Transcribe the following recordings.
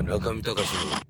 中見隆の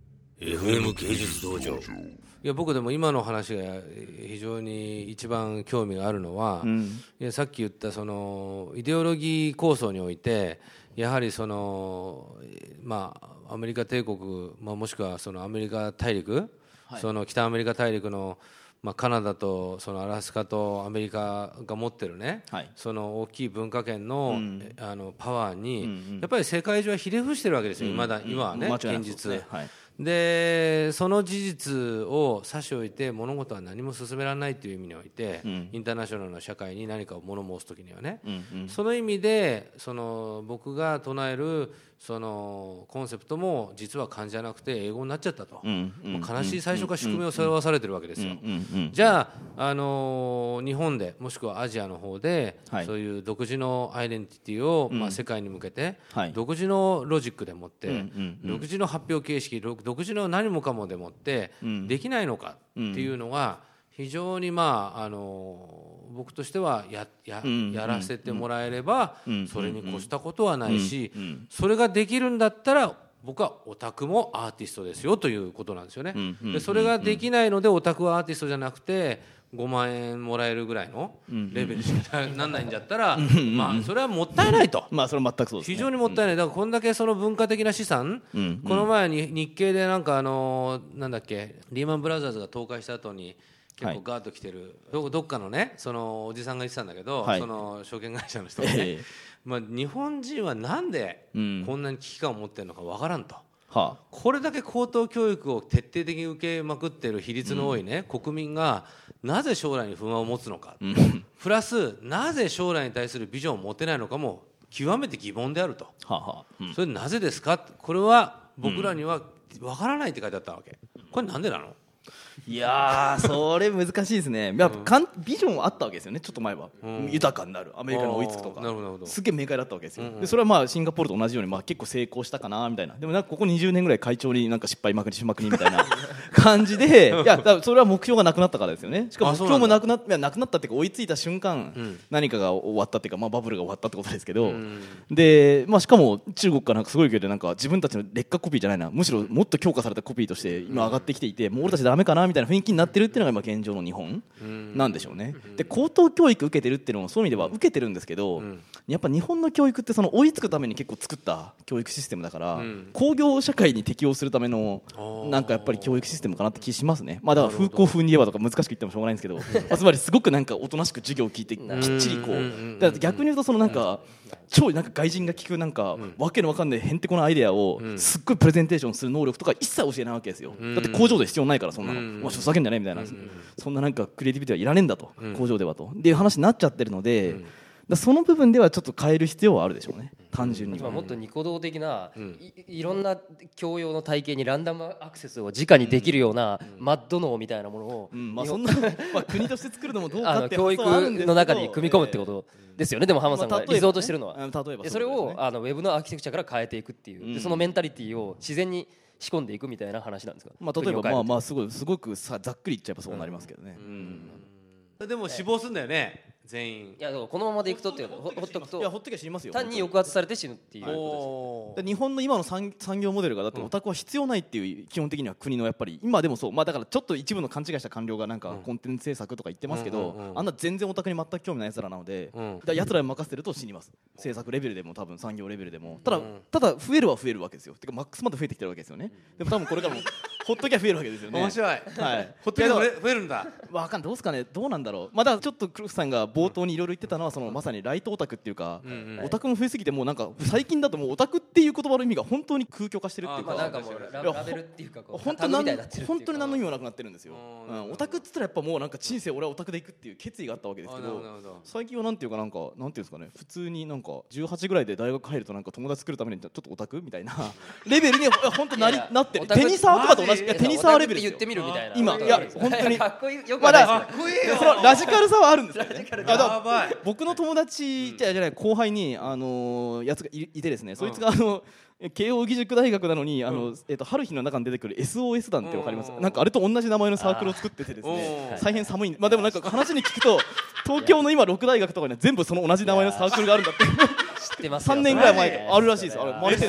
FM 芸術道場。いや僕でも今の話が非常に一番興味があるのは、いやさっき言ったそのイデオロギー構想においてやはりその、アメリカ帝国、もしくはそのアメリカ大陸、その北アメリカ大陸のカナダとそのアラスカとアメリカが持ってるね、その大きい文化圏の、パワーに、やっぱり世界中はひれ伏してるわけですよ、今はね、現実でその事実を差し置いて物事は何も進められないという意味において、インターナショナルな社会に何かを物申すときにはね、その意味でその僕が唱えるそのコンセプトも実は漢字じゃなくて英語になっちゃったと、もう悲しい最初から宿命を背負わされてるわけですよ。じゃあ、日本でもしくはアジアの方で、そういう独自のアイデンティティを、世界に向けて、独自のロジックでもって、独自の発表形式、独自の何もかもでもってできないのかっていうのが非常に僕としてはやらせてもらえればそれに越したことはないし、それができるんだったら僕はオタクもアーティストですよということなんですよね。でそれができないのでオタクはアーティストじゃなくて5万円もらえるぐらいのレベルしかなんないんだったら、それはもったいないと。 それは全くそうですね。 非常にもったいない。だからこんだけその文化的な資産、この前に日経でなんだっけ、リーマンブラザーズが倒壊した後に結構ガーッと来てる、どっかのねそのおじさんが言ってたんだけど、その証券会社の人がね、日本人はなんでこんなに危機感を持ってるのかわからんと。これだけ高等教育を徹底的に受けまくっている比率の多いね、国民がなぜ将来に不安を持つのか、プラスなぜ将来に対するビジョンを持てないのかも極めて疑問であると。それなぜですか、これは僕らには分からないって書いてあったわけ。これなんでなの。 いやーそれ難しいですね。ビジョンはあったわけですよね。ちょっと前は豊かになる、アメリカに追いつくとかすげえ明快だったわけですよ。でそれはシンガポールと同じように結構成功したかなみたいな。でもここ20年ぐらい会長に失敗まくりしまくりみたいな感じでいやそれは目標がなくなったからですよね。しかも目標もなくなったっていうか追いついた瞬間、何かが終わったっていうか、バブルが終わったってことですけど、でしかも中国からすごい勢いで自分たちの劣化コピーじゃないな、むしろもっと強化されたコピーとして今上がってきていて、もう俺たちダメかなみたいな雰囲気になってるっていうのが今現状の日本なんでしょうね。で高等教育受けてるっていうのもそういう意味では受けてるんですけど、やっぱ日本の教育ってその追いつくために結構作った教育システムだから、工業社会に適応するためのやっぱり教育システムかなって気しますね。だから風光風に言えばとか難しく言ってもしょうがないんですけど、つまりすごくおとなしく授業を聞いてきっちりこう、だから逆に言うとその超外人が聞くわけのわかんないへんてこなアイデアをすっごいプレゼンテーションする能力とか一切教えないわけですよ。だって工場で必要ないから、そんなのふざけんじゃねえみたいな、そんなクリエイティビティはいらねえんだと、工場ではとっていう話になっちゃってるので、その部分ではちょっと変える必要はあるでしょうね、単純には。 もっとニコ動的な、いろんな教養の体系にランダムアクセスを直にできるような、マッド脳みたいなものを、 そんな国として作るのもどうかって教育の中に組み込むってことですよね。でも浜田さんが理想としてるのは、それをウェブのアーキテクチャから変えていくっていう、そのメンタリティを自然に仕込んでいくみたいな話なんですか。 例えばすごくざっくり言っちゃえばそうなりますけどね。 でも死亡するんだよね全員。 いやこのままでいくとっていうのほっとくと、 ほっときゃ死にますよ。 単に抑圧されて死ぬっていうことです。 日本の今の産業モデルがだってオタクは必要ないっていう、基本的には国のやっぱり今でもそう、だからちょっと一部の勘違いした官僚がコンテンツ制作とか言ってますけど、あんな全然オタクに全く興味ない奴らなので、奴らに任せてると死にます。制作レベルでも多分産業レベルでも。ただ増えるは増えるわけですよ。てかマックスまで増えてきてるわけですよね。でも多分これからもほっときゃ増えるわけですよね。 面白い。ほっときゃ増えるんだ。 わかんない、どうですかね、どうなんだろう。だからちょっとクルフさんが冒頭にいろいろ言ってたのはまさにライトオタクっていうか、オタクも増えすぎてもう最近だともうオタクっていう言葉の意味が本当に空虚化してるっていうか、 ラベルっていうか本当に何の意味もなくなってるんですよ。オタクっつったらやっぱもう人生俺はオタクで行くっていう決意があったわけですけど、最近はなんていうかなんていうんですかね、普通に18ぐらいで大学入ると友達作るためにちょっとオタクみたいなレベルに本当なってる。テニサーとかと同じ、テニサーレベルですよ。 言ってみるみたいな。 今いや本当にかっこいい、よくないですよ。そのラジカルさはあるんですよね。僕の友達じゃない後輩にやつがいてですね、そいつが慶応義塾大学なのに春日の中に出てくる SOS 団ってわかります？あれと同じ名前のサークルを作っててですね、大変寒いんで、でも話に聞くと東京の今6大学とかには全部その同じ名前のサークルがあるんだって知ってます。3年ぐらい前あるらしいです。 SOS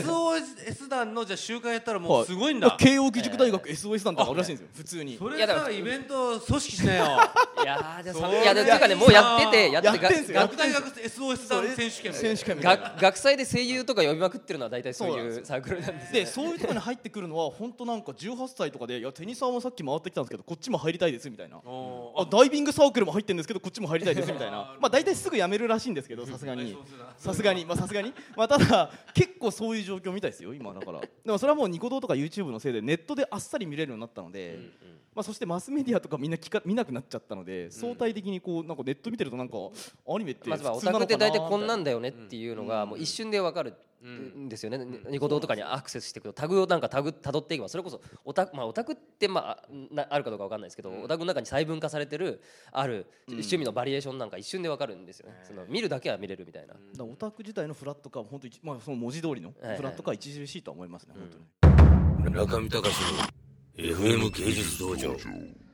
SOS 団のじゃあ集会やったらもうすごいんだ。 慶應義塾大学 SOS 団ってあるらしいんですよ普通に。 それさイベント組織しなよ。 いやでもっていうかねもうやってて学大学 SOS 団選手権学祭で声優とか呼びまくってるのは大体そういうサークルなんですでそういうところに入ってくるのは本当なんか18歳とかでいやテニサーもさっき回ってきたんですけどこっちも入りたいですみたいなダイビングサークルも入ってるんですけどこっちも入りたいですみたいなまあ大体すぐ辞めるらしいんですけどさすがにまあただ結構そういう状況みたいですよ今だから。でもそれはもうニコ動とか YouTube のせいでネットであっさり見れるようになったので、まあそしてマスメディアとかみんな見なくなっちゃったので相対的にこうなんかネット見てるとなんかアニメって普通なのかなみたいな。 オタクって大体こんなんだよねっていうのがもう一瞬で分かるんですよね。ニコ動とかにアクセスしていくとタグをなんか辿っていけばそれこそオタクってまああるかどうか分かんないですけどオタクの中に細分化されてるある趣味のバリエーションなんか一瞬で分かるんですよね。その見るだけは見れるみたいな。 オタク自体のフラットか本当にまあその文字通りのフラットか著しいとは思いますね本当に。 中見隆の FM 芸術道場。